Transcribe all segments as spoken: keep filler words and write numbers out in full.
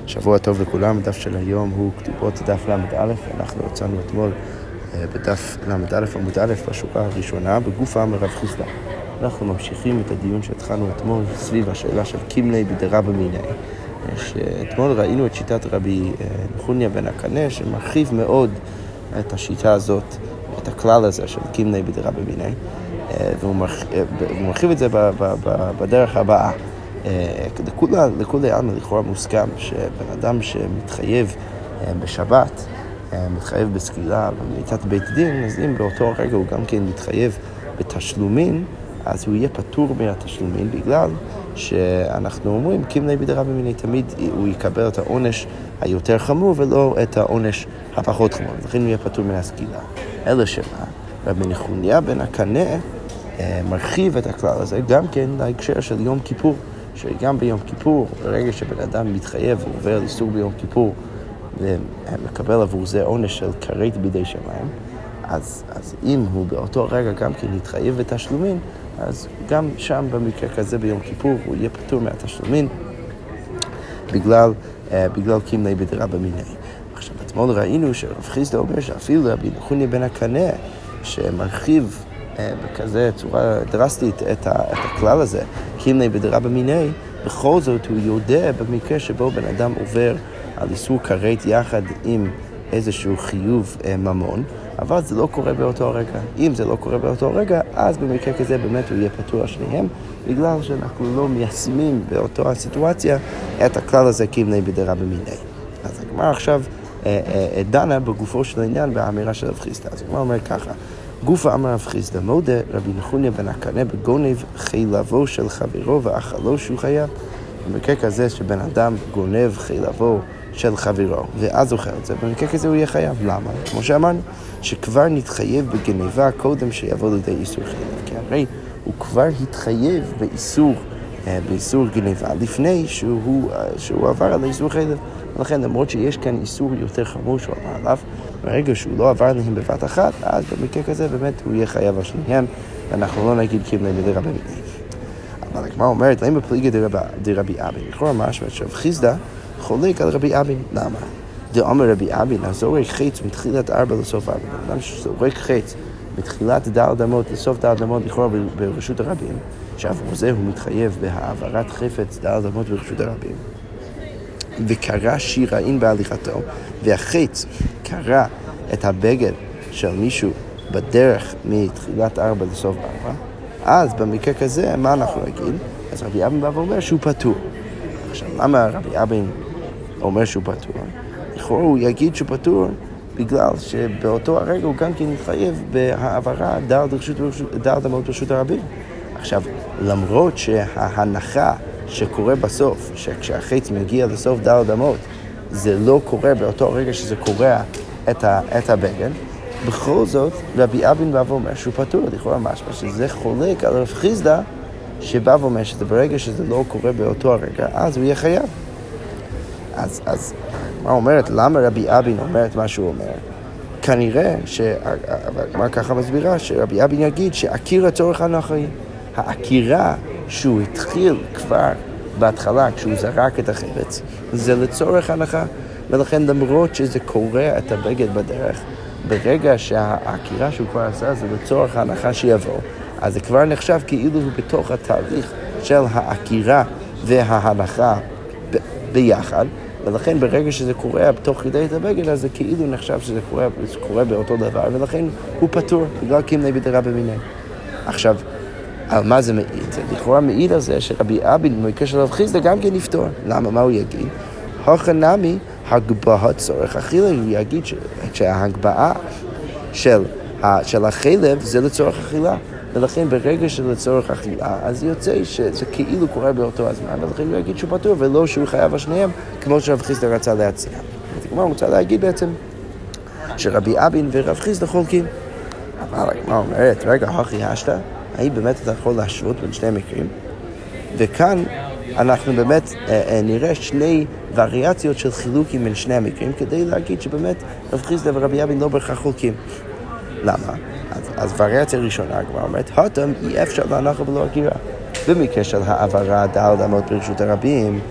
שבוע טוב לכולם, הדף של היום הוא כתובות דף למד א', אנחנו יצאנו אתמול בדף למד א' עמוד א' בשורה הראשונה, בגוף העם רב חיסדא. אנחנו ממשיכים את הדיון שהתחלנו אתמול סביב השאלה של קימלי בדרבא מיניה. שאתמול ראינו את שיטת רבי נחוניה בן הקנה, שמרחיב מאוד את השיטה הזאת, את הכלל הזה של קימלי בדרבא מיניה, והוא מרחיב את זה בדרך הבאה. לכולי עלמא לכאורה מוסכם שבן אדם שמתחייב בשבת, מתחייב בסקילה במיתת בית דין, אז אם באותו רגע הוא גם כן מתחייב בתשלומין, אז הוא יהיה פטור מהתשלומין, בגלל שאנחנו אומרים קימלי בדרבא מיניה, תמיד הוא יקבל את העונש היותר חמור ולא את העונש הפחות חמור, לכן הוא יהיה פטור מהסקילה. אלא שמה, רבי נחוניה בן הקנה מרחיב את הכלל הזה גם כן להקשר של יום כיפור, שגם ביום כיפור, ברגע שבן אדם מתחייב ועובר איסור ביום כיפור ומקבל עבור זה עונש של כרת בידי שמיים, אז, אז אם הוא באותו רגע גם כן יתחייב בתשלומין, אז גם שם במקרה כזה ביום כיפור הוא יהיה פטור מהתשלומין בגלל, בגלל קימלי בדרבא מיניה. עכשיו, אתמול ראינו שרב חיסדא אומר שאפילו רבי נחוניה בן הקנה שמרחיב בכזה צורה דרסטית את, ה, את הכלל הזה, קימלי בדרבא מיניה, בכל זאת הוא יודע במקרה שבו בן אדם עובר על איסור כרת יחד עם איזשהו חיוב ממון, אבל זה לא קורה באותו רגע. אם זה לא קורה באותו רגע, אז במקרה כזה באמת הוא יהיה פטור שניהם, בגלל שאנחנו לא מיישמים באותו הסיטואציה את הכלל הזה קימלי בדרבא מיניה. אז הגמרא עכשיו דנה בגופו של העניין באמירה של רב חיסדא. אז הגמרא אומר ככה, גופה אמר רב חיסדא, מודה רבי נחוניה בן הקנה בגונב חילבו של חברו ואכלו שהוא חייב. במקרה כזה שבן אדם גונב חילבו של חברו ואז אוכל את זה, במקרה כזה הוא יהיה חייב. למה? כמו שאמרנו, שכבר נתחייב בגניבה קודם שיבוא לידי איסור חילב, כי הרי הוא כבר התחייב באיסור, באיסור גניבה לפני שהוא, שהוא עבר על איסור חילב. ולכן למרות שיש כאן איסור יותר חמור שהוא אמר עליו, ברגע שהוא לא עבר להם בבת אחת, אז במקרה כזה באמת הוא יהיה חייב על שניהם, ואנחנו לא נגיד קימלי בדרבא מיניה. אבל הגמרא אומרת, למה פליגי דרבי אבין? לכאורה משמע שרב חיסדא חולק על רבי אבין. למה? דאמר רבי אבין, הזורק חץ מתחילת ארבע לסוף ארבע. אדם שזורק חץ מתחילת ד' אמות לסוף ד' אמות, לכאורה ברשות הרבים, שעבור זה הוא מתחייב בהעברת חפץ ד' אמות ברשות הרבים, וקרא שיראין בהליכתו, והחץ קרא את הבגד של מישהו בדרך מתחילת ארבע לסוף ארבע, אז במקרה כזה, מה אנחנו נגיד? אז רבי אבין בא ואומר שהוא פטור. עכשיו, למה רבי אבין אומר שהוא פטור? לכאורה הוא יגיד שהוא פטור בגלל שבאותו הרגע הוא גם כן מתחייב בהעברה ד' אמות ברשות הרבים. עכשיו, למרות שההנחה שקורה בסוף, שכשהחץ מגיע לסוף ד' אמות, זה לא קורה באותו רגע שזה קורה את, ה, את הבגד, בכל זאת רבי אבין בא ואומר שהוא פטור. לכאורה משמע שזה חולק על רב חיסדא שבא ואומר שזה ברגע שזה לא קורה באותו הרגע, אז הוא יהיה חייב. אז, אז מה אומרת? למה רבי אבין אומר את מה שהוא אומר? כנראה, מה ככה מסבירה, שרבי אבין יגיד שעקיר הצורך הנוכחי, העקירה שהוא התחיל כבר בהתחלה, כשהוא זרק את החפץ, זה לצורך הנחה, ולכן למרות שזה קורה את הבגד בדרך, ברגע שהעקירה שהוא כבר עשה זה לצורך ההנחה שיבוא, אז זה כבר נחשב כאילו הוא בתוך התהליך של העקירה וההנחה ב- ביחד, ולכן ברגע שזה קורה בתוך כדי את הבגד, אז זה כאילו נחשב שזה קורה, זה קורה באותו דבר, ולכן הוא פטור, בגלל קימלי בדרבא מיניה. עכשיו, על מה זה מעיד? זה לכאורה מעיד על זה שרבי אבין במקרה של רב חיסדא גם כן נפטור. למה? מה הוא יגיד? הכנמי הגבהת צורך אכילה. הוא יגיד שההגבהה של, של החלב זה לצורך אכילה, ולכן ברגע של לצורך אכילה אז יוצא שזה כאילו קורה באותו הזמן, ולכן הוא יגיד שהוא פטור ולא שהוא חייב על שניהם, כמו שרב חיסדא רצה להציע. כלומר, הוא רוצה להגיד בעצם שרבי אבין ורב חיסדא חולקים. אבל מה אומרת? רגע, הכי השתה, האם באמת אתה יכול להשוות בין שני מקרים? וכאן אנחנו באמת אה, נראה שני וריאציות של חילוקים בין שני המקרים, כדי להגיד שבאמת רב חיסדא ורבי אבין לא בהכרח חולקים. למה? אז, אז וריאציה ראשונה כבר אומרת, הותם אי אפשר להנחה בלא עקירה. במקרה של העברה ד' אמות ברשות הרבים,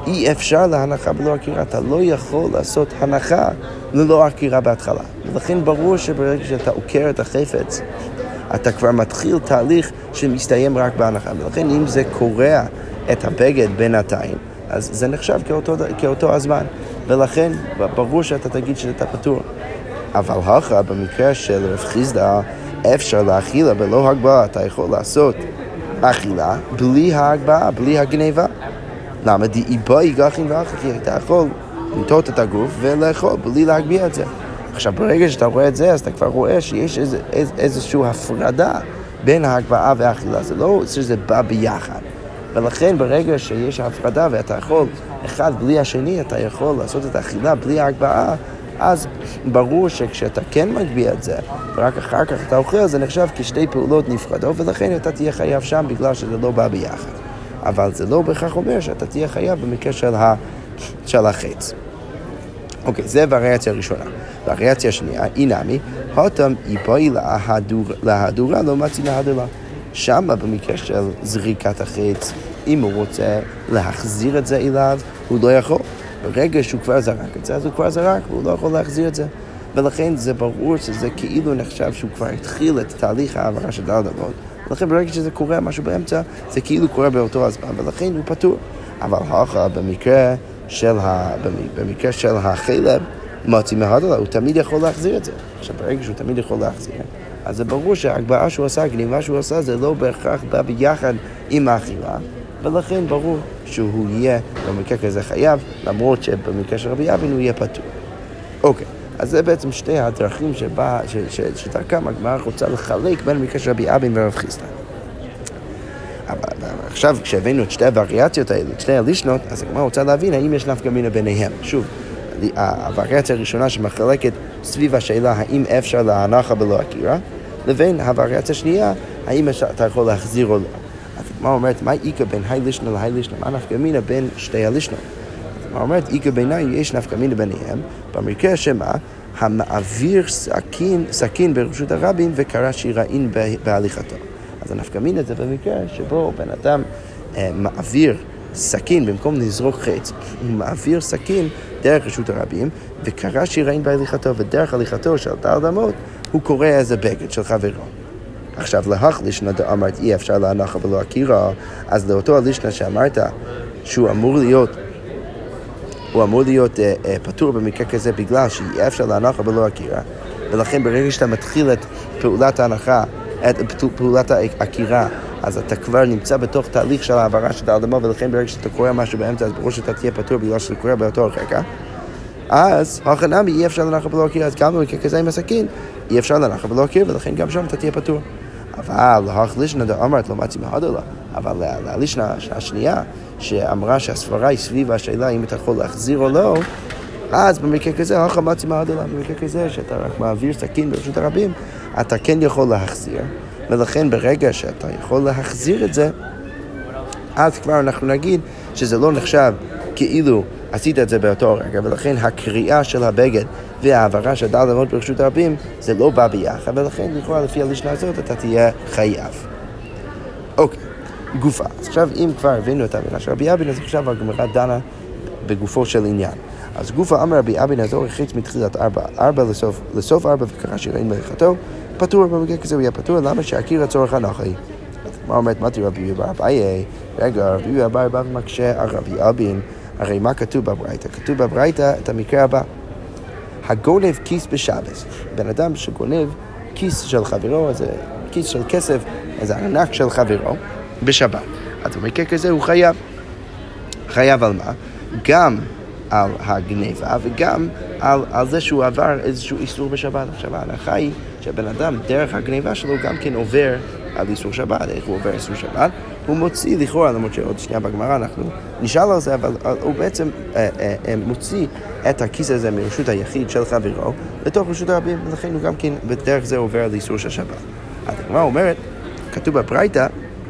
אי אפשר להנחה בלא עקירה, אתה לא יכול לעשות הנחה ללא עקירה בהתחלה. ולכן ברור שברגע שאתה עוקר את החפץ, אתה כבר מתחיל תהליך שמסתיים רק בהנחה. ולכן אם זה קורע את הבגד בינתיים, אז זה נחשב כאותו, כאותו הזמן. ולכן ברור שאתה תגיד שאתה פטור. אבל הכרע, במקרה של רב חיסדא, אפשר להאכילה בלא הגבהה, אתה יכול לעשות אכילה בלי ההגבהה, בלי הגניבה. למה? די איבא יגחין ואחר, כי אתה יכול לנטות את הגוף ולאכול בלי להגביה את זה. עכשיו, ברגע שאתה רואה את זה, אז אתה כבר רואה שיש איז, איז, איזושהי הפרדה בין ההגבהה והאכילה. זה לא שזה בא ביחד. ולכן ברגע שיש הפרדה ואתה יכול אחד בלי השני, אתה יכול לעשות את האכילה בלי ההגבהה, אז ברור שכשאתה כן מגביה את זה, ורק אחר כך אתה אוכל, זה נחשב כשתי פעולות נפרדות, ולכן אתה תהיה חייב שם בגלל שזה לא בא ביחד. אבל זה לא בהכרח אומר שאתה תהיה חייב במקרה של, ה... של החץ. אוקיי, זה והריאציה הראשונה. והריאציה השנייה, אינמי, הותם איבאי להדור... להדורה, לא מציא להדורה. שמה במקרה של זריקת החץ, אם הוא רוצה להחזיר את זה אליו, הוא לא יכול. ברגע שהוא כבר זרק את זה, אז הוא כבר זרק, והוא לא יכול להחזיר את זה. ולכן זה ברור שזה כאילו נחשב שהוא כבר התחיל את תהליך העברה של דל דמות. ולכן ברגע שזה קורה משהו באמצע, זה כאילו קורה באותו הזמן, ולכן הוא פטור. אבל הכרע, במקרה של, ה... במקרה של החלב, מציא מהדלה, הוא תמיד יכול להחזיר את זה. עכשיו, ברגע שהוא תמיד יכול להחזיר, אז זה ברור שההגבהה שהוא עשה, הגניבה שהוא עשה, זה לא בהכרח בא ביחד עם האכילה, ולכן ברור שהוא יהיה במקרה כזה חייב, למרות שבמקרה של רבי אבין הוא יהיה פטור. אוקיי, אז זה בעצם שתי הדרכים שבה, ש, ש, שדרכם הגמרא רוצה לחלק בין המקרה של רבי אבין ורב חיסדא. עכשיו, כשהבאנו את שתי הווריאציות האלה, את שתי הלישנות, אז הגמרא רוצה להבין האם יש נפקא מינה ביניהם. שוב, הווריאציה הראשונה שמחלקת סביב השאלה האם אפשר להנחה בלא עקירה, לבין הווריאציה השנייה, האם אתה יכול להחזיר או לא. אז הגמרא אומרת, מה איקה בין היי לישנה להי לישנה? מה נפקא מינה בין שתי הלישנות? הגמרא אומרת, איקה ביניי יש נפקא מינה ביניהם, במקרה שמה, המעביר סכין, סכין ברשות הרבים וקרא שיראין בהליכתו. אז הנפקא מינה זה במקרה שבו בן אדם אה, מעביר סכין, במקום לזרוק חץ, הוא מעביר סכין דרך רשות הרבים, וקרא שיראין בהליכתו, ודרך הליכתו של דל דמות, הוא קורא איזה בגד של חברו. עכשיו, להך לישנה דאמרת אי אפשר להנחה בלא עקירה, אז לאותו הלישנה שאמרת שהוא אמור להיות, הוא אמור להיות אה, אה, פטור במקרה כזה בגלל שאי אפשר להנחה בלא עקירה, ולכן ברגע שאתה מתחיל את פעולת ההנחה, את פעולת העקירה, אז אתה כבר נמצא בתוך תהליך של העברה של דל דמות, ולכן ברגע שאתה קורא משהו באמצע, אז ברור שאתה תהיה פטור בגלל שאתה קורא באותו הרקע. אז הכנמי אי אפשר להנחה בלא עקירה, אז גם במקרה כזה עם הסכין, אי אפשר להנחה בלא עקירה, ולכן גם שם אתה תהיה פטור. אבל להך לישנה דאמרת לא מציא מהדלה, אבל ללישנה השנייה שאמרה שהסברה היא סביב השאלה אם אתה יכול להחזיר או לא, אז במקרה כזה הכא מציא מהדלה, במקרה כזה שאתה רק מעביר סכין ברשות הרבים, אתה כן יכול להחזיר, ולכן ברגע שאתה יכול להחזיר את זה, אז כבר אנחנו נגיד שזה לא נחשב כאילו עשית את זה באותו רגע, ולכן הקריאה של הבגד והעברה של דל דמות ברשות הרבים זה לא בא ביחד, ולכן לכאורה לפי הלישנה הזאת אתה תהיה חייב. אוקיי, גופה. אז עכשיו אם כבר הבאנו את האמירה של רבי אבין, אז עכשיו הגמרא דנה בגופו של עניין. אז גופה אמר רבי אבין הזור החץ מתחילת ארבע, ארבע לסוף, לסוף ארבע וקרא שיראין בהליכתו, פטור במקרה כזה הוא יהיה פטור, למה שעקיר הצורך הנחי? מה אומרת מתי רבי בר אביי? רגע, רבי בר אביי מקשה על רבי אבין, הרי מה כתוב בברייתא? כתוב בברייתא את המקרה הבא. הגונב כיס בשבת. בן אדם שגונב כיס של חברו, איזה כיס של כסף, איזה ענק של חברו, בשבת. אז במקרה כזה הוא חייב. חייב על מה? גם על הגניבה וגם על, על זה שהוא עבר איזשהו איסור בשבת. עכשיו ההנחה היא שהבן אדם דרך הגניבה שלו גם כן עובר על איסור שבת. איך הוא עובר איסור שבת? הוא מוציא לכאורה, למרות שעוד שנייה בגמרא אנחנו נשאל על זה, אבל הוא בעצם אה, אה, אה, מוציא את הכיס הזה מרשות היחיד של חברו לתוך רשות הרבים, ולכן הוא גם כן בדרך זה עובר על איסור של שבת. אז הגמרא אומרת, כתוב בברייתא,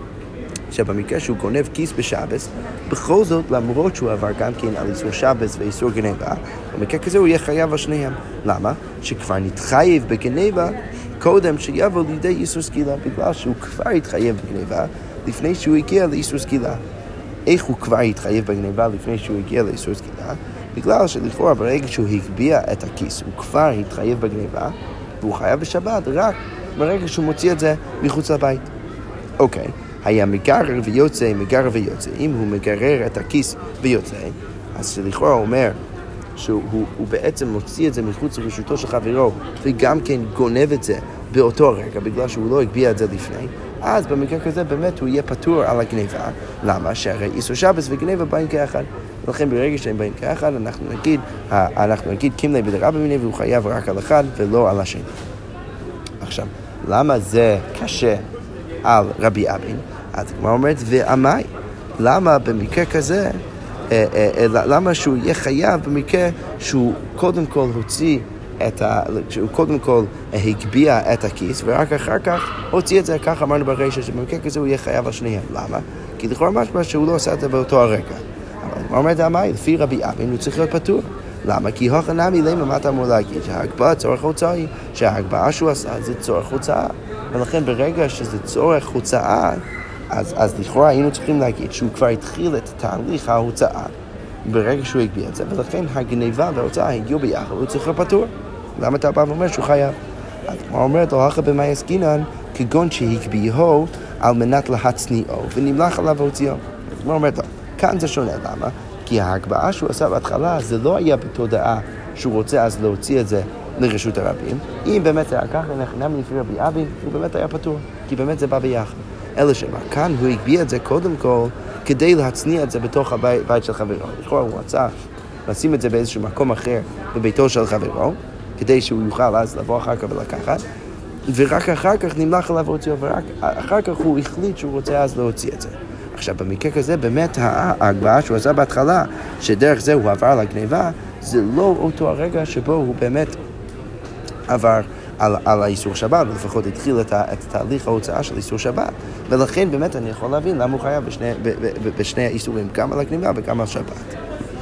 שבמקרה שהוא גונב כיס בשבת, בכל זאת, למרות שהוא עבר גם כן על איסור שבת ואיסור גניבה, במקרה כזה הוא יהיה חייב על שניהם. למה? שכבר נתחייב בגניבה קודם שיבוא לידי איסור סקילה, בגלל שהוא כבר התחייב בגניבה לפני שהוא הגיע לאיסור סקילה. איך הוא כבר התחייב בגניבה לפני שהוא הגיע לאיסור סקילה? בגלל שלכאורה ברגע שהוא הגביע את הכיס, הוא כבר התחייב בגניבה, והוא חייב בשבת רק ברגע שהוא מוציא את זה מחוץ לבית. אוקיי, היה מגרר ויוצא, מגרר ויוצא. אם הוא מגרר את הכיס ויוצא, אז שלכאורה הוא אומר שהוא הוא, הוא בעצם מוציא את זה מחוץ לרשותו של חברו, וגם כן גונב את זה באותו רגע, בגלל שהוא לא הגביע את זה לפני, אז במקרה כזה באמת הוא יהיה פטור על הגניבה. למה? שהרי איסור שבס וגניבה באים כאחד. ולכן ברגע שהם באים כאחד, אנחנו נגיד, אנחנו נגיד קימלי בדרבא מיני, והוא חייב רק על אחד ולא על השני. עכשיו, למה זה קשה על רבי אבין? אז כמו אומרת, ועמי, למה במקרה כזה, אה, אה, אה, למה שהוא יהיה חייב במקרה שהוא קודם כל הוציא את ה... שהוא קודם כל הגביע את הכיס, ורק אחר כך הוציא את זה, כך אמרנו ברשע, שבמקרה כזה הוא יהיה חייב על שניהם. למה? כי לכאורה משמע שהוא לא עושה את זה באותו הרגע. אבל כמו אומרת עמי, לפי רבי אבין הוא צריך להיות פטור. למה? כי הכנמי למה מה אתה אמור להגיד? שההגבעה צורך הוצאה היא, שההגבעה שהוא עשה זה צורך הוצאה. ולכן ברגע שזה צורך הוצאה, אז, אז לכאורה היינו צריכים להגיד שהוא כבר התחיל את תהליך ההוצאה ברגע שהוא הגביע את זה, ולכן הגניבה וההוצאה הגיעו ביחד, הוא צריך לפטור. למה אתה בא ואומר שהוא חייב? אז כמו אומרת, הולכה במאי עסקינן, כגון שהגביעו על מנת להצניעו, ונמלך עליו והוציאו. אז כמו אומרת, כאן זה שונה, למה? כי ההגבעה שהוא עשה בהתחלה, זה לא היה בתודעה שהוא רוצה אז להוציא את זה לרשות הרבים. אם באמת היה ככה, אנחנו לפי רבי אבין, הוא באמת היה פטור, כי באמת זה בא ביחד. אלא שמה, כאן הוא הגביע את זה קודם כל, כדי להצניע את זה בתוך הבית, בית של חברו. לכאורה הוא רצה לשים את זה באיזשהו מקום אחר בביתו של חברו, כדי שהוא יוכל אז לבוא אחר כך ולקחת, ורק אחר כך נמלך עליו והוציאו, ורק אחר כך הוא החליט שהוא רוצה אז להוציא את זה. עכשיו, במקרה כזה, באמת ההגבעה שהוא עשה בהתחלה, שדרך זה הוא עבר לגניבה, זה לא אותו הרגע שבו הוא באמת עבר על, על האיסור שבת, לפחות התחיל את, את תהליך ההוצאה של איסור שבת. ולכן באמת אני יכול להבין למה הוא חייב בשני, ב, ב, ב, בשני האיסורים, גם על הגניבה וגם על שבת.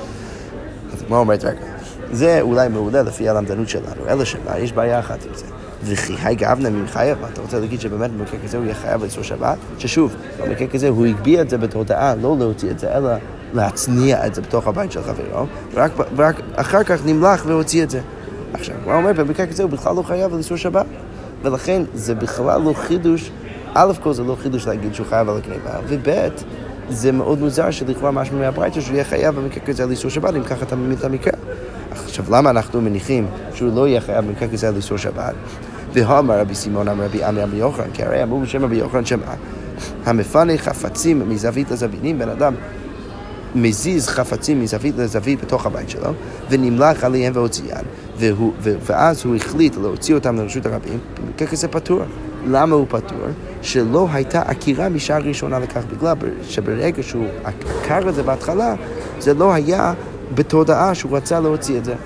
אז מה אומרת רגע? זה אולי מעולה לפי הלמדנות שלנו, אלא שמה, יש בעיה אחת עם זה. וכי היי גאבנה ממחייב, אתה רוצה להגיד שבאמת במקרה כזה הוא יהיה חייב לאיסור שבת? ששוב, במקרה כזה הוא הגביע את זה בתודעה, לא להוציא את זה, אלא להצניע את זה בתוך הבית של חברו, ורק, ורק אחר כך נמלך והוציא את זה. עכשיו, הוא אומר, במקרה כזה הוא בכלל לא חייב לאיסור שבת, ולכן זה בכלל לא חידוש, א' כל זה לא חידוש להגיד שהוא חייב על הגניבה, וב' זה מאוד מוזר שלכאורה משהו מהברייתא שהוא יהיה חייב במקרה כזה לאיסור שבת, אם ככה אתה מבין את המקרה. עכשיו, למה אנחנו מניחים שהוא לא יהיה חייב במקרה כזה לאיסור שבת? והאמר רבי סימון אמר רבי עמי רבי יוחנן, כי הרי אמרו בשם רבי יוחנן שמה, המפנה חפצים מזווית לזווית, אם בן אדם מזיז חפצים מזווית לזווית בתוך הבית שלו, ונמלך עליהם והוציאן, והוא, ואז הוא החליט להוציא אותם לרשות הרבים, במקרה כזה פטור. למה הוא פטור? שלא הייתה עקירה משעה ראשונה לכך, בגלל שברגע שהוא עקר את זה בהתחלה, זה לא היה בתודעה שהוא רצה להוציא את זה.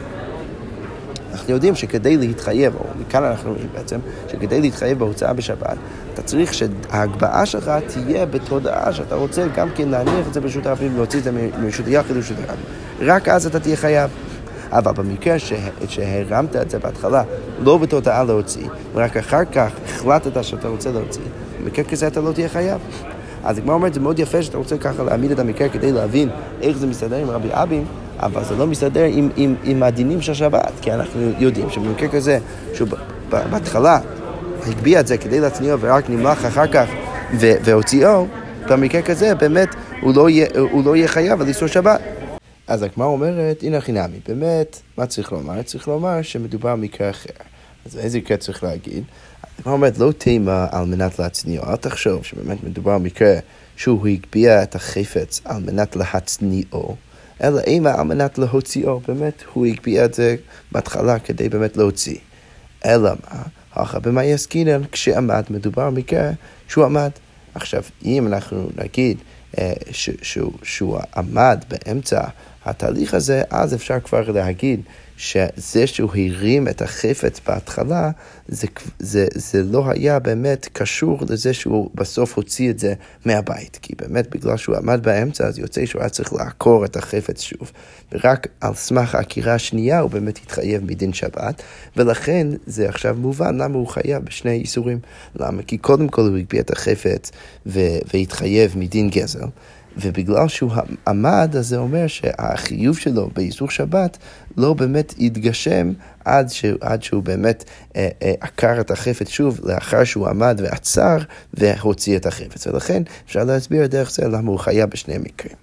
אנחנו יודעים שכדי להתחייב, או מכאן אנחנו רואים בעצם, שכדי להתחייב בהוצאה בשבת, אתה צריך שההגבעה שלך תהיה בתודעה, שאתה רוצה גם כן להניח את זה ברשות הרבים, להוציא את זה מרשות היחיד לרשות הרבים. רק אז אתה תהיה חייב. אבל במקרה שהרמת את זה בהתחלה, לא בתודעה להוציא, ורק אחר כך החלטת שאתה רוצה להוציא, במקרה כזה אתה לא תהיה חייב. אז כמו אומרת, זה מאוד יפה שאתה רוצה ככה להעמיד את המקרה כדי להבין איך זה מסתדר עם רבי אבין, אבל זה לא מסתדר עם, עם, עם הדינים של שבת, כי אנחנו יודעים שבמקרה כזה, שהוא בהתחלה הגביע את זה כדי להצניעו ורק נמלך אחר כך והוציאו, במקרה כזה באמת הוא לא יהיה, הוא לא יהיה חייב על איסור שבת. אז הגמרא אומרת, הנה חינמי, באמת, מה צריך לומר? צריך לומר שמדובר במקרה אחר. אז איזה מקרה צריך להגיד? הגמרא אומרת, לא תימה על מנת להצניעו, אל תחשוב שבאמת מדובר במקרה שהוא הגביע את החפץ על מנת להצניעו, אלא אימה על מנת להוציאו, באמת הוא הגביע את זה בהתחלה כדי באמת להוציא. אלא מה? אחר במאי עסקינן, כשעמד, מדובר במקרה שהוא עמד. עכשיו, אם אנחנו נגיד ש, שהוא, שהוא עמד באמצע התהליך הזה, אז אפשר כבר להגיד שזה שהוא הרים את החפץ בהתחלה, זה, זה, זה לא היה באמת קשור לזה שהוא בסוף הוציא את זה מהבית. כי באמת בגלל שהוא עמד באמצע, אז יוצא שהוא היה צריך לעקור את החפץ שוב. ורק על סמך העקירה השנייה הוא באמת התחייב מדין שבת, ולכן זה עכשיו מובן למה הוא חייב בשני איסורים. למה? כי קודם כל הוא הגביע את החפץ והתחייב מדין גזל, ובגלל שהוא עמד, אז זה אומר שהחיוב שלו באיסור שבת לא באמת יתגשם עד שהוא, עד שהוא באמת אה, אה, עקר את החפץ שוב, לאחר שהוא עמד ועצר והוציא את החפץ. ולכן אפשר להסביר דרך זה למה הוא חייב בשני מקרים.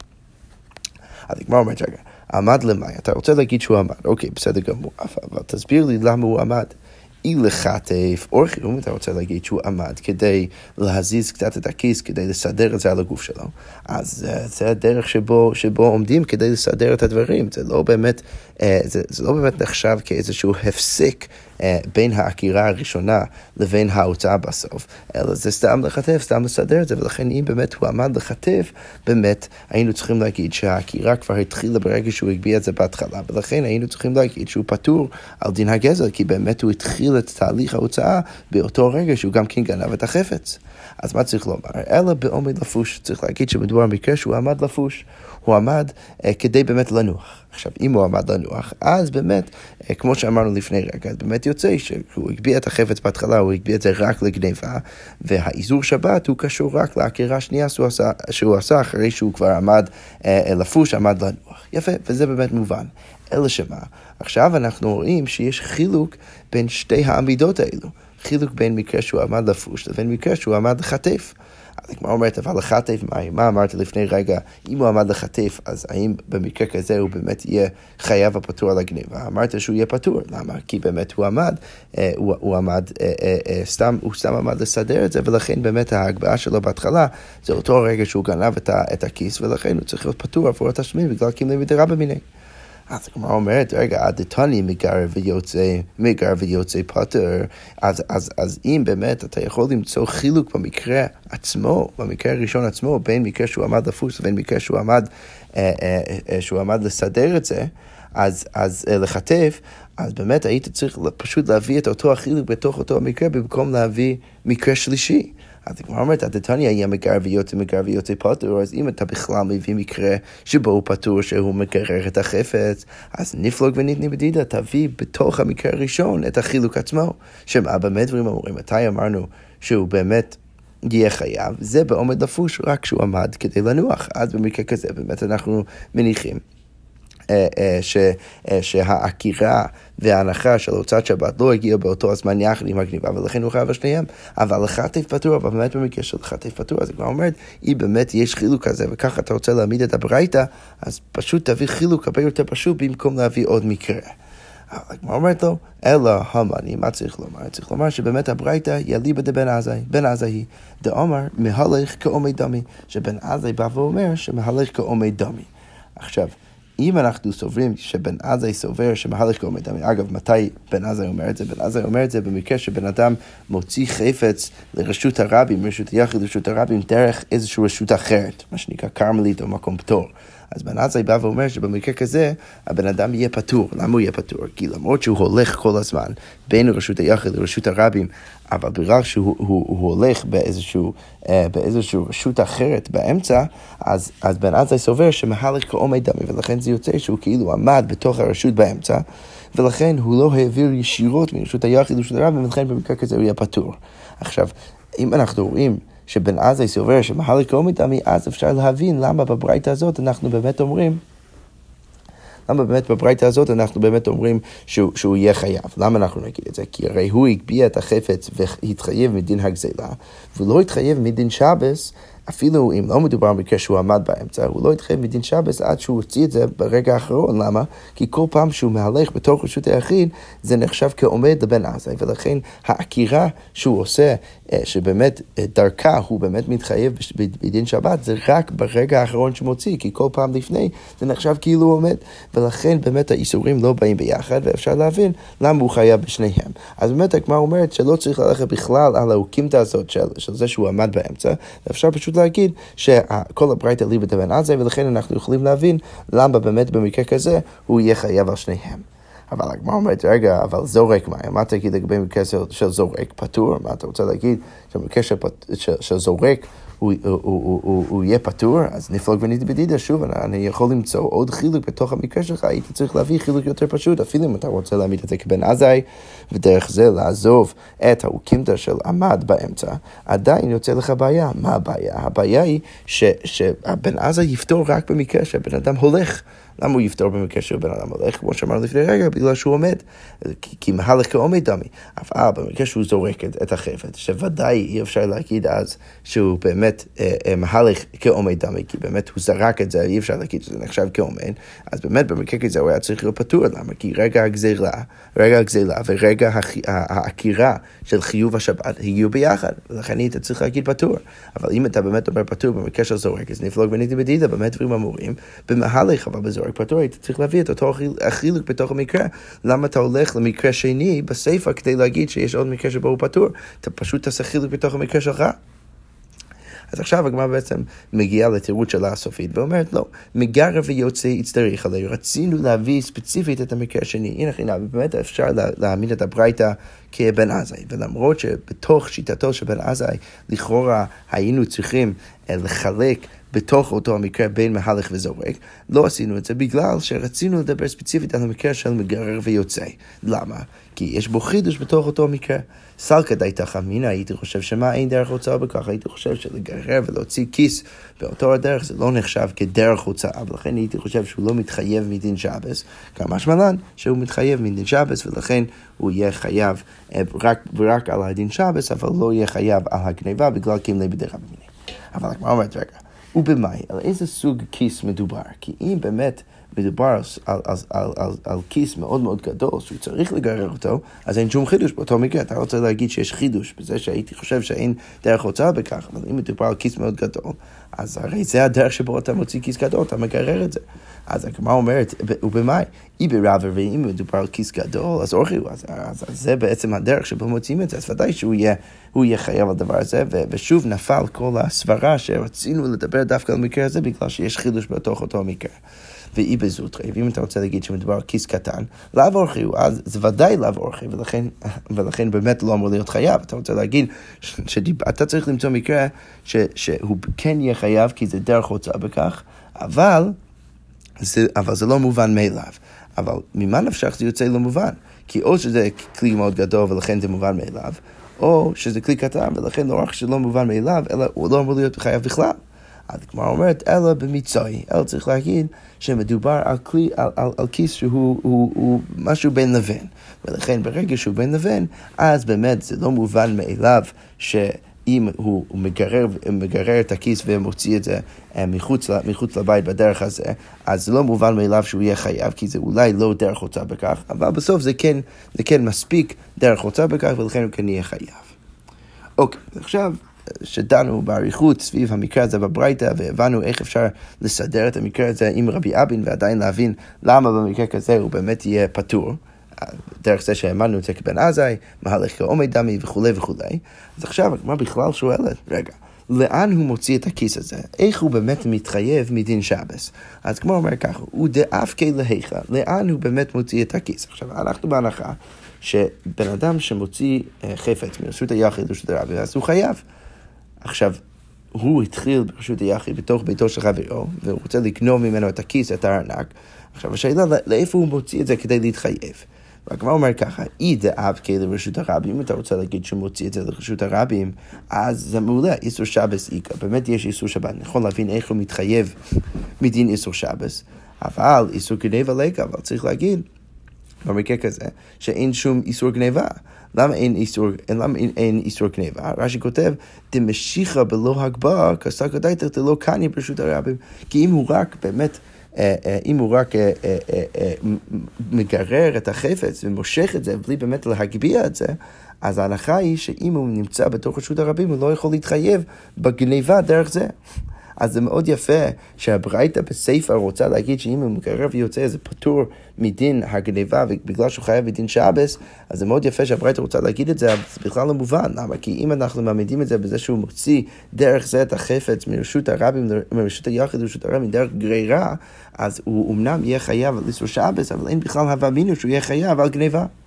אז הגמרא אומרת, רגע, עמד למאי, אתה רוצה להגיד שהוא עמד, אוקיי, בסדר גמור, אבל תסביר לי למה הוא עמד. אי לחטף, או חיום, אתה רוצה להגיד שהוא עמד כדי להזיז קצת את הכיס, כדי לסדר את זה על הגוף שלו. אז זה הדרך שבו, שבו עומדים כדי לסדר את הדברים. זה לא באמת, זה, זה לא באמת נחשב כאיזשהו הפסק בין העקירה הראשונה לבין ההוצאה בסוף, אלא זה סתם לחטף, סתם לסדר את זה, ולכן אם באמת הוא עמד לחטף, באמת היינו צריכים להגיד שהעקירה כבר התחילה ברגע שהוא הגביע את זה בהתחלה, ולכן היינו צריכים להגיד שהוא פטור על דין הגזל, כי באמת הוא התחיל את תהליך ההוצאה באותו רגע שהוא גם כן גנב את החפץ. אז מה צריך לומר? אלא בעומד לפוש, צריך להגיד שמדובר במקרה שהוא עמד לפוש, הוא עמד אה, כדי באמת לנוח. עכשיו, אם הוא עמד לנוח, אז באמת, אה, כמו שאמרנו לפני רגע, אז באמת יוצא שהוא הגביע את החפץ בהתחלה, הוא הגביע את זה רק לגניבה, והאיסור שבת הוא קשור רק לעקירה השנייה שהוא עשה, שהוא עשה אחרי שהוא כבר עמד אה, לפוש, עמד לנוח. יפה, וזה באמת מובן. אלא שמה, עכשיו אנחנו רואים שיש חילוק בין שתי העמידות האלו. חילוק בין מקרה שהוא עמד לפוש לבין מקרה שהוא עמד לחטף. אז כמו אומרת, אבל לחטף, מה, מה אמרת לפני רגע, אם הוא עמד לחטף, אז האם במקרה כזה הוא באמת יהיה חייב הפטור על הגניבה? אמרת שהוא יהיה פטור, למה? כי באמת הוא עמד, אה, הוא, הוא עמד, אה, אה, אה, סתם, הוא סתם עמד לסדר את זה, ולכן באמת ההגבהה שלו בהתחלה, זה אותו רגע שהוא גנב את, ה, את הכיס, ולכן הוא צריך להיות פטור עבור התשלומים, בגלל קימלי מדרה במיני. אז כמו אומרת, רגע, הדתני מגר ויוצא, מגר ויוצא פטר, אז, אז, אז אם באמת אתה יכול למצוא חילוק במקרה עצמו, במקרה הראשון עצמו, בין מקרה שהוא עמד לפוש ובין מקרה שהוא עמד, אה, אה, אה, שהוא עמד לסדר את זה, אז, אז אה, לחטף, אז באמת היית צריך פשוט להביא את אותו החילוק בתוך אותו המקרה, במקום להביא מקרה שלישי. אז כמו אומרת, הדתניה יהיה מגר ויוצא, מגר ויוצא פטור, אז אם אתה בכלל מביא מקרה שבו הוא פטור, שהוא מגרר את החפץ, אז נפלוג וניתני בדידה, תביא בתוך המקרה הראשון את החילוק עצמו. שמה באמת דברים אומרים, מתי אמרנו שהוא באמת יהיה חייב, זה בעומד לפוש רק שהוא עמד כדי לנוח. אז במקרה כזה באמת אנחנו מניחים שהעקירה וההנחה של הוצאת שבת לא הגיעה באותו הזמן יחד עם הגניבה, ולכן הוא חייב השניהם. אבל לחטף פטור, אבל באמת במקרה של לחטף פטור, אז היא כבר אומרת, אם באמת יש חילוק כזה, וככה אתה רוצה להעמיד את הברייתא, אז פשוט תביא חילוק הרבה יותר פשוט, במקום להביא עוד מקרה. אבל כמו אומרת לו, אלא המני, מה צריך לומר? צריך לומר שבאמת הברייתא יליבא דבן עזאי, בן עזאי, דאמר מהלך כעומד דמי, שבן עזאי בא ואומר שמהלך כעומד דמי. עכשיו, אם אנחנו סוברים שבן עזאי סובר שמהלך כעומד דמי, אגב, מתי בן עזאי אומר את זה? בן עזאי אומר את זה במקרה שבן אדם מוציא חפץ לרשות הרבים, רשות היחיד לרשות הרבים, דרך איזושהי רשות אחרת, מה שנקרא קרמלית או מקום פטור. אז בן עזאי בא ואומר שבמקרה כזה הבן אדם יהיה פטור. למה הוא יהיה פטור? כי למרות שהוא הולך כל הזמן בין רשות היחיד לרשות הרבים, אבל בגלל שהוא הוא, הוא הולך באיזשהו, אה, באיזשהו רשות אחרת באמצע, אז, אז בן עזאי סובר שמהלך כעומד דמי, ולכן זה יוצא שהוא כאילו עמד בתוך הרשות באמצע, ולכן הוא לא העביר ישירות מרשות היחיד לרשות הרבים, ולכן במקרה כזה הוא יהיה פטור. עכשיו, אם אנחנו רואים שבן עזאי סובר שמהלך כעומד דמי, אז אפשר להבין למה בברייתא הזאת אנחנו באמת אומרים, למה באמת בברייתא הזאת אנחנו באמת אומרים שהוא, שהוא יהיה חייב. למה אנחנו נגיד את זה? כי הרי הוא הגביע את החפץ והתחייב מדין הגזלה, והוא לא התחייב מדין שבס, אפילו אם לא מדובר במקרה שהוא עמד באמצע, הוא לא התחייב מדין שבס עד שהוא הוציא את זה ברגע האחרון. למה? כי כל פעם שהוא מהלך בתוך רשות היחיד, זה נחשב כעומד לבן עזאי, ולכן העקירה שהוא עושה, שבאמת דרכה הוא באמת מתחייב בדין שבת, זה רק ברגע האחרון שמוציא, כי כל פעם לפני זה נחשב כאילו הוא עומד, ולכן באמת האיסורים לא באים ביחד, ואפשר להבין למה הוא חייב בשניהם. אז באמת הגמרא אומרת שלא צריך ללכת בכלל על האוקימתא הזאת של, של זה שהוא עמד באמצע, ואפשר פשוט להגיד שכל הברייתא ליבא דבן עזאי, ולכן אנחנו יכולים להבין למה באמת במקרה כזה הוא יהיה חייב על שניהם. אבל הגמרא אומרת, רגע, אבל זורק, מה? מה תגיד לגבי מקרה של, של זורק פטור? מה אתה רוצה להגיד? שמקרה של, של, של זורק הוא, הוא, הוא, הוא, הוא יהיה פטור, אז נפלוג וניתי בדידה, שוב, אני, אני יכול למצוא עוד חילוק בתוך המקרה שלך, הייתי צריך להביא חילוק יותר פשוט, אפילו אם אתה רוצה להעמיד את זה כבן עזאי, ודרך זה לעזוב את האוקימתא של עמד באמצע, עדיין יוצא לך בעיה. מה הבעיה? הבעיה היא ש, שהבן עזאי יפתור רק במקרה שהבן אדם הולך. למה הוא יפתור במקרה של בן אדם הולך? כמו שאמרנו לפני רגע, בגלל שהוא עומד. כי, כי מהלך כעומד דמי. אבל במקרה שהוא זורק את, את החפץ, שוודאי אי אפשר להגיד אז שהוא באמת אה, אה, מהלך כעומד דמי, כי באמת הוא זרק את זה, אי אפשר להגיד שזה נחשב כעומד. אז באמת במקרה כזה הוא היה צריך להיות פטור. למה? כי רגע הגזילה, רגע הגזילה ורגע העקירה של חיוב השבת הגיעו ביחד. ולכן היית צריך להגיד פטור. אבל אם אתה באמת אומר פטור במקרה של זורק, אז נפלוג וניתי בדידה, באמת דברים אמורים, במהלך אבל בזורק פטור, היית צריך להביא את אותו החילוק בתוך המקרה. למה אתה הולך למקרה שני בספר כדי להגיד שיש עוד מקרה שבו הוא פטור? אתה פשוט תעשה חילוק בתוך המקרה שלך. אז עכשיו הגמרא בעצם מגיעה לתירוץ שלה הסופית, ואומרת לא, מגרר ויוצא יצטריך עליה, רצינו להביא ספציפית את המקרה השני. הנה חינה, באמת אפשר להעמיד את הברייתא כבן עזאי, ולמרות שבתוך שיטתו של בן עזאי, לכאורה היינו צריכים לחלק בתוך אותו המקרה בין מהלך וזורק, לא עשינו את זה בגלל שרצינו לדבר ספציפית על המקרה של מגרר ויוצא. למה? כי יש בו חידוש בתוך אותו מקרה. סלקא דייתך אמינא, הייתי חושב שמה אין דרך הוצאה בכך, הייתי חושב שלגרר ולהוציא כיס באותו הדרך זה לא נחשב כדרך הוצאה, ולכן הייתי חושב שהוא לא מתחייב מדין שבס, כמה שמלן שהוא מתחייב מדין שבס, ולכן הוא יהיה חייב רק, רק על הדין שבס, אבל לא יהיה חייב על הגניבה בגלל כמלי בדרך המיני. אבל כמו אומרת רגע, ובמאי, על איזה סוג כיס מדובר? כי אם באמת מדובר על, על, על, על, על כיס מאוד מאוד גדול, שהוא צריך לגרר אותו, אז אין שום חידוש באותו מקרה. אתה רוצה להגיד שיש חידוש בזה שהייתי חושב שאין דרך הוצאה בכך, אבל אם מדובר על כיס מאוד גדול, אז הרי זה הדרך שבו אתה מוציא כיס גדול, אתה מגרר את זה. אז הגמרא אומרת, ובמאי, אי ברב ואם מדובר על כיס גדול, אז אורכי הוא, אז, אז, אז זה בעצם הדרך שבו מוצאים את זה, אז ודאי שהוא יהיה, הוא יהיה חייב על דבר הזה, ו, ושוב נפל כל הסברה שרצינו לדבר דווקא על המקרה הזה, בגלל שיש חידוש בתוך אותו המקרה. ואי בזוטרי, ואם אתה רוצה להגיד שמדובר על כיס קטן, לאו אורכי הוא, אז זה ודאי לאו אורכי, ולכן, ולכן באמת לא אמור להיות חייב. אתה רוצה להגיד שאתה צריך למצוא מקרה ש, שהוא כן יהיה חייב, כי זה דרך הוצאה בכך, אבל זה, אבל זה לא מובן מאליו. אבל ממה נפשך זה יוצא לא מובן? כי או שזה כלי מאוד גדול ולכן זה מובן מאליו, או שזה כלי קטן ולכן לא רק שלא מובן מאליו, אלא הוא לא אמור להיות חייב בכלל. אז כמו אומרת, אלא במצוי, אלא צריך להגיד שמדובר על, כלי, על, על, על כיס שהוא הוא, הוא משהו בין לבין. ולכן ברגע שהוא בין לבין, אז באמת זה לא מובן מאליו שאם הוא, הוא מגרר, מגרר את הכיס ומוציא את זה מחוץ, מחוץ לבית בדרך הזה, אז זה לא מובן מאליו שהוא יהיה חייב, כי זה אולי לא דרך הוצאה בכך, אבל בסוף זה כן, זה כן מספיק דרך הוצאה בכך, ולכן הוא כן יהיה חייב. אוקיי, עכשיו שדנו בעריכות סביב המקרה הזה בברייתא, והבנו איך אפשר לסדר את המקרה הזה עם רבי אבין, ועדיין להבין למה במקרה כזה הוא באמת יהיה פטור, דרך זה שהאמנו את זה כבן עזאי, מהלך כעומד דמי וכו' וכו'. אז עכשיו הגמרא בכלל שואלת, רגע, לאן הוא מוציא את הכיס הזה? איך הוא באמת מתחייב מדין שבס? אז כמו אומר ככה, הוא דאפקי להיכה, לאן הוא באמת מוציא את הכיס? עכשיו, אנחנו בהנחה שבן אדם שמוציא חפץ מרשות היחיד לרשות הרבי, אז הוא חייב. עכשיו, הוא התחיל ברשות היחיד בתוך ביתו של חברו, והוא רוצה לקנוב ממנו את הכיס, את הארנק. עכשיו, השאלה, לאיפה הוא מוציא את זה כדי להתחייב? והגמרא אומר ככה, אי דאפקי לרשות הרבים, אם אתה רוצה להגיד שהוא מוציא את זה לרשות הרבים, אז זה מעולה, איסור שבס איקה. באמת יש איסור שבת, נכון להבין איך הוא מתחייב מדין איסור שבס, אבל איסור גניבה לקה, אבל צריך להגיד, במקרה כזה, שאין שום איסור גניבה. למה אין איסור, למה אין, אין איסור גניבה? רש"י כותב, דמשיכה בלא הגבה, כסקא דייתך דלא קניה ברשות הרבים. כי אם הוא רק באמת, אם הוא רק מגרר את החפץ ומושך את זה, בלי באמת להגביה את זה, אז ההנחה היא שאם הוא נמצא בתוך רשות הרבים, הוא לא יכול להתחייב בגניבה דרך זה. אז זה מאוד יפה שהברייתא בספר רוצה להגיד שאם הוא מקרב ויוצא זה פטור מדין הגניבה בגלל שהוא חייב מדין שבס, אז זה מאוד יפה שהברייתא רוצה להגיד את זה, אבל זה בכלל לא מובן. למה? כי אם אנחנו מעמידים את זה בזה שהוא מוציא דרך זה את החפץ מרשות הרבים, מרשות היחיד לרשות הרבים, דרך גרירה, אז הוא אמנם יהיה חייב על איסור שבס, אבל אין בכלל הווה אמינא שהוא יהיה חייב על גניבה.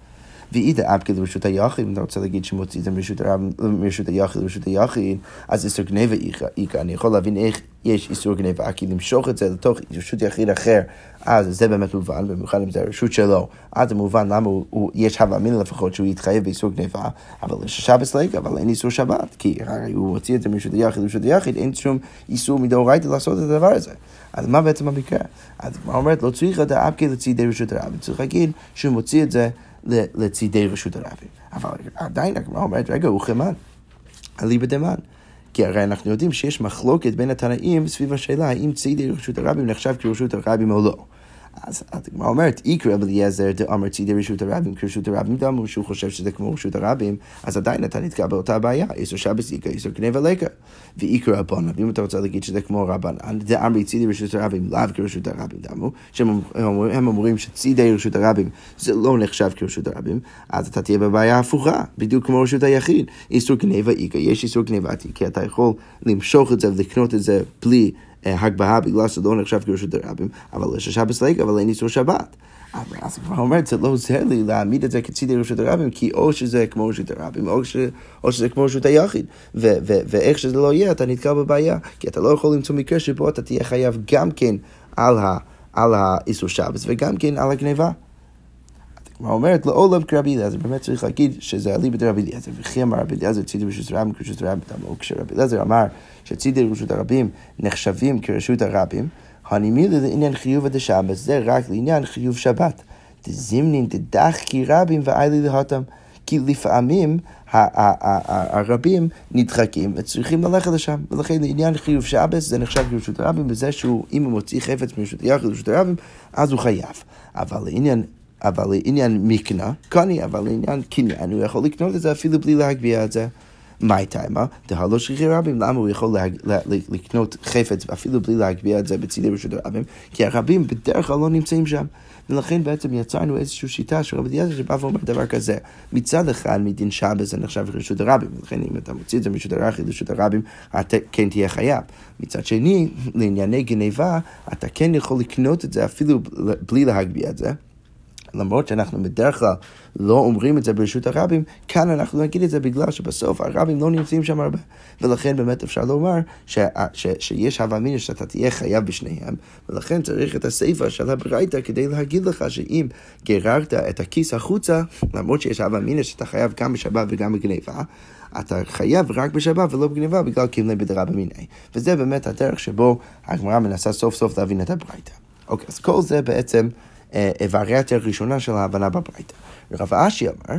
ואי דאבקה לרשות היחיד, אם אתה רוצה להגיד שמוציא את זה מרשות היחיד לרשות היחיד, אז איסור גניבה איכה. אני יכול להבין איך יש איסור גניבה, כי למשוך את זה לתוך רשות יחיד אחר, אז זה באמת מובן, במיוחד אם זה הרשות שלו, אז זה מובן למה הוא, הוא, יש הווה אמינא לפחות שהוא יתחייב באיסור גניבה, אבל יש שבס ליגה, אבל אין איסור שבת, כי הוא הוציא את זה מרשות היחיד לרשות היחיד, אין שום איסור מדאורייתא לעשות את הדבר הזה. אז מה בעצם המקרה? אז מה אומרת? לא צריך דאבקה לצידי רשות הרבים, צריך להגיד שהוא מוציא את זה לצידי רשות הרבים. אבל עדיין הגמרא אומרת, רגע, הוא חמן, אליבא דמן. כי הרי אנחנו יודעים שיש מחלוקת בין התנאים סביב השאלה האם צידי רשות הרבים נחשב כרשות הרבים או לא. אז הגמרא אומרת, איקרא רבי אליעזר דאמר צידי רשות הרבים כרשות הרבים דאמר, שהוא חושב שזה כמו רשות הרבים, אז עדיין אתה נתקע באותה בעיה, איסור שבס איכה, איסור גניבה לקה. ואיקרא רבנן, אם אתה רוצה להגיד שזה כמו רבנן, דאמר צידי רשות הרבים לאו כרשות הרבים דאמר, שהם אומרים שצידי רשות הרבים זה לא נחשב כרשות הרבים, אז אתה תהיה בבעיה הפוכה, בדיוק כמו רשות היחיד. איסור גניבה איכה, יש איסור גניבה, כי אתה יכול למשוך את זה ולקנות את זה בלי הגבהה בגלל שלא נחשב כרשות הרבים, אבל יש שבס ליגה, אבל אין איסור שבת. אבל אז כבר אומרת, זה לא עוזר לי להעמיד את זה כצידי רשות הרבים, כי או שזה כמו רשות הרבים, או, ש... או שזה כמו רשות היחיד, ו- ו- ואיך שזה לא יהיה, אתה נתקע בבעיה, כי אתה לא יכול למצוא מקרה שבו אתה תהיה חייב גם כן על, ה... על האיסור שבס, וגם כן על הגניבה. מה אומרת? לעולם כרבי אליעזר, באמת צריך להגיד שזה אליבא דרבי אליעזר, וכי אמר רבי אליעזר צידי רשות הרבים כרשות הרבים, או כשרבי אליעזר אמר שצידי רשות הרבים נחשבים כרשות הרבים, הנימילי לעניין חיוב דשבת, זה רק לעניין חיוב שבת. דזימנין דדחקי רבים ואיילי להתם, כי לפעמים הרבים נדחקים וצריכים ללכת לשם, ולכן לעניין חיוב שבת זה נחשב כרשות הרבים, בזה שהוא, אם הוא מוציא חפץ מרשות היחיד לרשות הרבים, אז הוא חייב. אבל לעניין אבל לעניין מקנה, קני, אבל לעניין קניין, הוא יכול לקנות את זה אפילו בלי להגביע את זה. מה הייתה, מה? דהלו שכחי רבים, למה הוא יכול להג... לקנות חפץ אפילו בלי להגביע את זה בצידי רשות הרבים? כי הרבים בדרך כלל לא נמצאים שם. ולכן בעצם יצרנו איזושהי שיטה של רבי אליעזר שבא ואומר דבר כזה. מצד אחד מדין שבת זה נחשב רשות הרבים, ולכן אם אתה מוציא את זה מרשות היחיד לרשות הרבים, אתה כן תהיה חייב. מצד שני, לענייני גניבה, אתה כן יכול לקנות את זה אפילו בלי להגביע את זה. למרות שאנחנו בדרך כלל לא אומרים את זה ברשות הרבים, כאן אנחנו נגיד את זה בגלל שבסוף הרבים לא נמצאים שם הרבה. ולכן באמת אפשר לומר ש- ש- שיש הווה אמינא שאתה תהיה חייב בשניהם, ולכן צריך את הסיפא של הברייתא כדי להגיד לך שאם גררת את הכיס החוצה, למרות שיש הווה אמינא שאתה חייב גם בשבת וגם בגניבה, אתה חייב רק בשבת ולא בגניבה בגלל קימלי בדרבא מיניה. וזה באמת הדרך שבו הגמרא מנסה סוף סוף להבין את הברייתא. אוקיי, אז כל זה בעצם וריאציה ראשונה של ההבנה בברייתא. רב אשי אמר,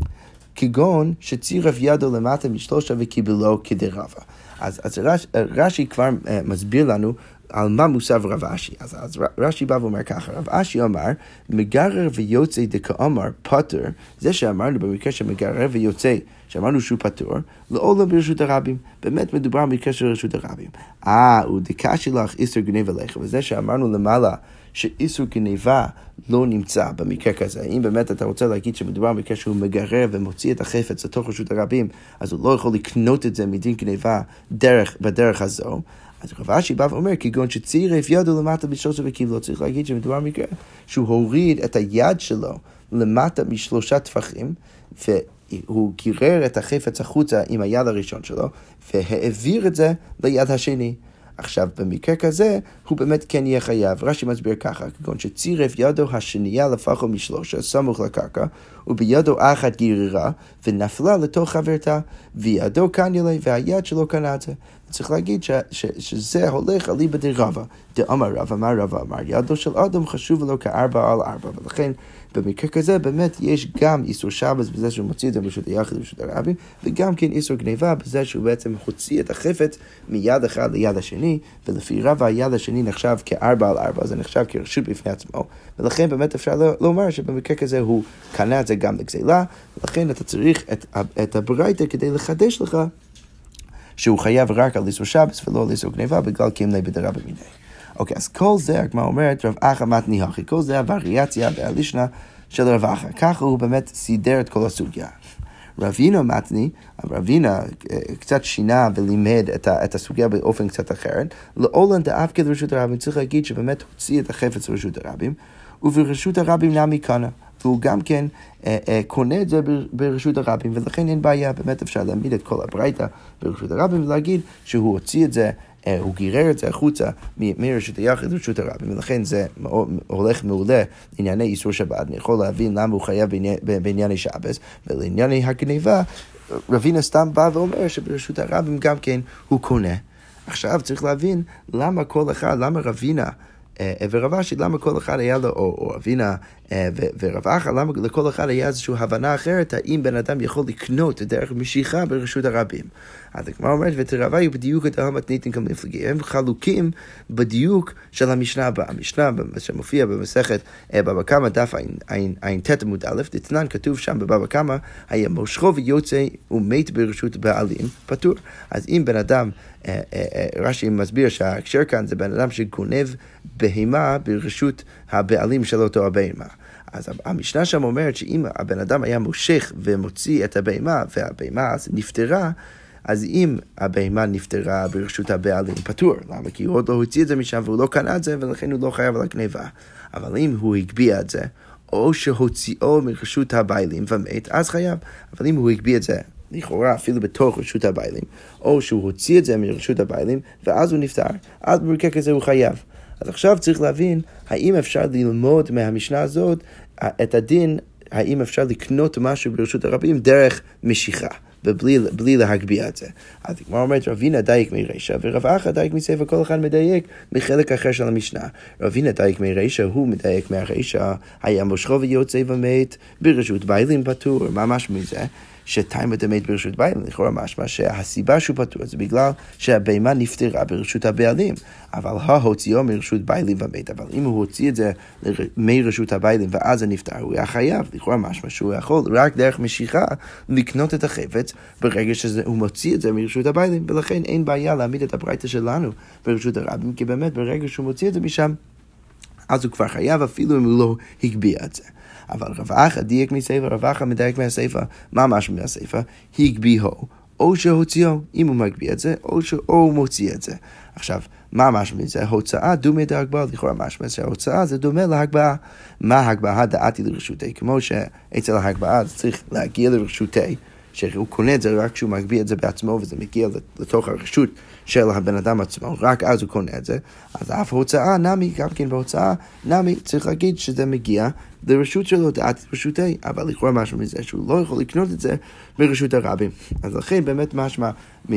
כגון שצירף ידו למטה משלושה וקיבלו כדרבה. אז, אז רש, רש"י כבר uh, מסביר לנו על מה מוסב רב אשי. אז, אז רש"י בא ואומר ככה, רב אשי אמר, מגרר ויוצא דכאמר פטר, זה שאמרנו במקרה שמגרר ויוצא, שאמרנו שהוא פטור, לעולם ברשות הרבים. באמת מדובר במקרה של רשות הרבים. אה, הוא דקשי לך איסור גניבה לך, וזה שאמרנו למעלה, שאיסור גניבה לא נמצא במקרה כזה. אם באמת אתה רוצה להגיד שמדובר במקרה שהוא מגרר ומוציא את החפץ לתוך רשות הרבים, אז הוא לא יכול לקנות את זה מדין גניבה דרך, בדרך הזו. אז רב אשי בא ואומר, כגון שצירף ידו למטה בשלושה וקיבלו, צריך להגיד שמדובר במקרה שהוא הוריד את היד שלו למטה משלושה טפחים, והוא גירר את החפץ החוצה עם היד הראשון שלו, והעביר את זה ליד השני. עכשיו, במקרה כזה, הוא באמת כן יהיה חייב. רש"י מסביר ככה, כגון שצירף ידו השנייה לפחות משלושה, סמוך לקרקע, ובידו אחת גיררה, ונפלה לתוך חברתה, וידו קניה לה, והיד שלו קנה את זה. צריך להגיד ש, ש, שזה הולך אליבא דרבא. דאמר רבא, מה רבא אמר? ידו של אדם חשוב לו כארבע על ארבע, ולכן במקרה כזה באמת יש גם איסור שבס בזה שהוא מוציא את זה ברשות היחיד ברשות הרבים, וגם כן איסור גניבה בזה שהוא בעצם הוציא את החפץ מיד אחד ליד השני, ולפי רבא היד השני נחשב כארבע על ארבע, זה נחשב כרשות בפני עצמו, ולכן באמת אפשר לומר שבמקרה כזה הוא קנה את זה גם לגזילה, ולכן אתה צריך את, את הברייתא כדי לחדש לך שהוא חייב רק על איסור שבס ולא על איסור גניבה בגלל קימלי בדרבא מיניה. אוקיי, אז כל זה, הגמרא אומרת, רב אחא מתני הכי, כל זה הווריאציה והלישנה של רב אחא. ככה הוא באמת סידר את כל הסוגיה. רבינה מתני, רבינה קצת שינה ולימד את, את הסוגיה באופן קצת אחרת, לעולם דאבקה לרשות הרבים, צריך להגיד שבאמת הוציא את החפץ לרשות הרבים, וברשות הרבים נמי קנה. והוא גם כן אה, אה, קונה את זה ברשות הרבים, ולכן אין בעיה, באמת אפשר להעמיד את כל הברייתא ברשות הרבים ולהגיד שהוא הוציא את זה, אה, הוא גירר את זה החוצה מרשות היחיד לרשות הרבים, ולכן זה הולך מעולה לענייני איסור שבת. אני יכול להבין למה הוא חייב בענייני שבת, ולענייני הגניבה, רבינה סתם בא ואומר שברשות הרבים גם כן הוא קונה. עכשיו צריך להבין למה כל אחד, למה רבינה ורב אשי, למה כל אחד היה לו, או, או רבינה ורב אחא, למה לכל אחד היה איזושהי הבנה אחרת, האם בן אדם יכול לקנות דרך משיכה ברשות הרבים. אז כמו אומרת, ותרבה היא בדיוק את המתניתים כמפלגי. הם חלוקים בדיוק של המשנה הבאה. המשנה שמופיע במסכת בבא קמא, דף עין תת עמוד א', דתנן, כתוב שם בבבא קמא, היה מושכו ויוצא ומת ברשות בעלים, פטור. אז אם בן אדם, רש"י מסביר שההקשר כאן זה בן אדם שגונב בהמה ברשות הבעלים של אותו הבהמה. אז המשנה שם אומרת שאם הבן אדם היה מושך ומוציא את הבהמה, והבהמה נפטרה, אז אם הבהמה נפטרה ברשות הבעלים, פטור. למה? כי הוא עוד לא הוציא את זה משם והוא לא קנה את זה, ולכן הוא לא חייב על הגניבה. אבל אם הוא הגביע את זה, או שהוציאו מרשות הבעלים ומת, אז חייב. אבל אם הוא הגביע את זה, לכאורה אפילו בתוך רשות הבעלים, או שהוא הוציא את זה מרשות הבעלים, ואז הוא נפטר, אז במקרה כזה הוא חייב. אז עכשיו צריך להבין, האם אפשר ללמוד מהמשנה הזאת את הדין, האם אפשר לקנות משהו ברשות הרבים דרך משיכה, ובלי בלי להגביע את זה. אז כמו אומרת, רבינה דייק מרישא, ורב אחא דייק מסייפא, כל אחד מדייק מחלק אחר של המשנה. רבינה דייק מרישא, הוא מדייק מהרישא, היה מושכו ויוצא ומת ברשות בעלים פטור. מה משמע מזה? שתימא דמת ברשות בעלים, לכאורה משמע שהסיבה שהוא פטור זה בגלל שהבהמה נפטרה ברשות הבעלים, אבל ההוציאו מרשות בעלים ומת. אבל אם הוא הוציא את זה מרשות הבעלים ואז זה נפטר, הוא היה חייב. לכאורה משמע שהוא יכול רק דרך משיכה לקנות את החפץ ברגע שהוא מוציא את זה מרשות הבעלים, ולכן אין בעיה להעמיד את הברייתא שלנו ברשות הרבים, כי באמת ברגע שהוא מוציא את זה משם, אז הוא כבר חייב אפילו אם הוא לא הגביע את זה. אבל רב אחא דייק מסייפא, רב אחא מדייק מהסייפא. מה משמע מהסייפא? הגביהו, או שהוציאו, אם הוא מגביע את זה, או שהוא מוציא את זה. עכשיו, מה משמע מזה? הוצאה דומה להגבהה, לכאורה משמע שההוצאה זה דומה להגבהה. מה הגבהה דעתי לרשותי? כמו שאצל ההגבהה זה צריך להגיע לרשותי, שהוא קונה את זה רק כשהוא מגביע את זה בעצמו, וזה מגיע לתוך הרשות של הבן אדם עצמו, רק אז הוא קונה את זה. אז אף הוצאה נמי, גם כן בהוצאה נמי, צריך להגיד שזה מגיע לרשות שלו, דעת רשותי, אבל לכאורה משהו מזה שהוא לא יכול לקנות את זה ברשות הרבים. אז לכן באמת משמע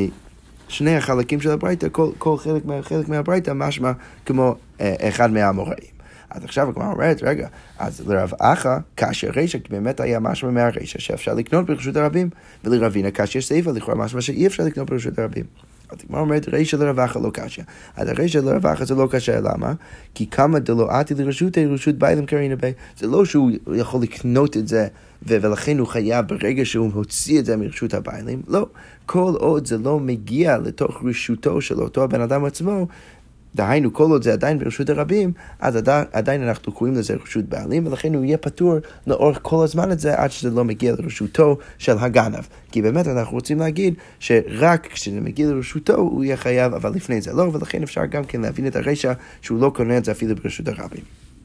משני החלקים של הברייתא, כל, כל חלק, חלק מהברייתא משמע כמו אה, אחד מהאמוראים. אז עכשיו כבר אומרת, רגע, אז לרב אחא קשיא רישא, כי באמת היה משמע מהרישא שאפשר לקנות ברשות הרבים, ולרבינה קשיא סייפא, לכאורה משמע שאי אפשר לקנות ברשות הרבים. אז כמו אומרת, רישא לרב אחא לא קשיא. אז הרישא לרב אחא זה לא קשיא, למה? כי כמה דלא עתי לרשותי, רשות בעלים קרינא בי. זה לא שהוא יכול לקנות את זה, ולכן הוא חייב ברגע שהוא הוציא את זה מרשות הבעלים. לא, כל עוד זה לא מגיע לתוך רשותו של אותו הבן אדם עצמו, דהיינו, כל עוד זה עדיין ברשות הרבים, אז עדיין אנחנו קוראים לזה רשות בעלים, ולכן הוא יהיה פטור לאורך כל הזמן את זה, עד שזה לא מגיע לרשותו של הגנב. כי באמת אנחנו רוצים להגיד שרק כשזה מגיע לרשותו הוא יהיה חייב, אבל לפני זה לא, ולכן אפשר גם כן להבין את הרישא שהוא לא קונה את זה אפילו ברשות הרבים.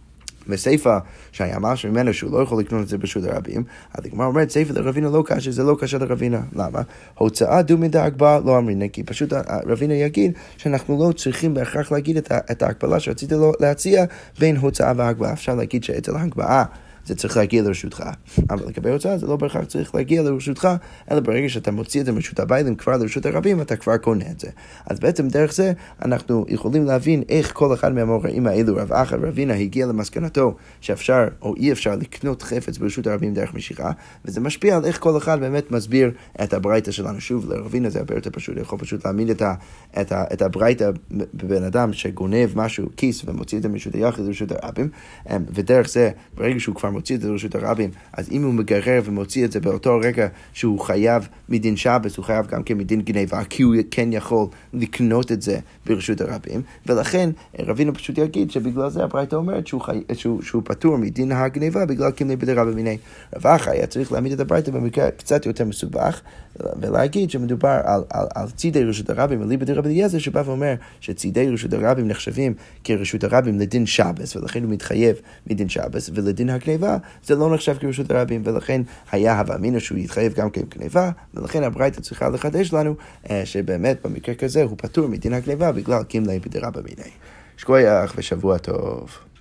וסייפא שהיה משהו ממנו שהוא לא יכול לקנות את זה ברשות הרבים, אז הגמרא אומרת סייפא לרבינה לא קשיא, זה לא קשיא לרבינה. למה? הוצאה דומה דהגבהה לא אמרינן, כי פשוט הרבינה יגיד שאנחנו לא צריכים בהכרח להגיד את ההקבלה שרציתי להציע בין הוצאה והגבהה. אפשר להגיד שאצל ההגבהה זה צריך להגיע לרשותך, אבל לגבי הוצאה זה לא בהכרח צריך להגיע לרשותך, אלא ברגע שאתה מוציא את זה מרשות הבעלים כבר לרשות הרבים, אתה כבר קונה את זה. אז בעצם דרך זה אנחנו יכולים להבין איך כל אחד מהאמוראים האלו, רב אחא רבינה, הגיע למסקנתו שאפשר או אי אפשר לקנות חפץ ברשות הרבים דרך משיכה, וזה משפיע על איך כל אחד באמת מסביר את הברייתא שלנו. שוב, לרבינה זה הרבה יותר פשוט, יכול פשוט להעמיד את, ה, את, ה, את הברייתא בבן אדם שגונב משהו כיס ומוציא את זה מרשות היחיד לרשות הרבים, ודרך זה ברגע שהוא כבר מוציא את זה לרשות הרבים, אז אם הוא מגרר ומוציא את זה באותו רגע שהוא חייב מדין שבת, הוא חייב גם כן מדין גניבה, כי הוא כן יכול לקנות את זה ברשות הרבים, ולכן רבינה פשוט יגיד שבגלל זה הברייתא אומרת שהוא, חי... שהוא, שהוא פטור מדין הגניבה בגלל כמלי בדירה במיני. רב אחא היה צריך להעמיד את הברייתא במקרה קצת יותר מסובך, ולהגיד שמדובר על, על, על צידי רשות הרבים, אליבא דרבי אליעזר, שבא ואומר שצידי רשות הרבים נחשבים כרשות הרבים לדין שבת, ולכן הוא מתחייב מדין שבת, ולדין הגניבה גניבה, זה לא נחשב כרשות הרבים, ולכן היה הווה אמינא שהוא יתחייב גם כן גניבה, ולכן הברייתא צריכה לחדש לנו שבאמת במקרה כזה הוא פטור מדין הגניבה בגלל קימלי בדרבא מיניה. שכוייח ושבוע טוב.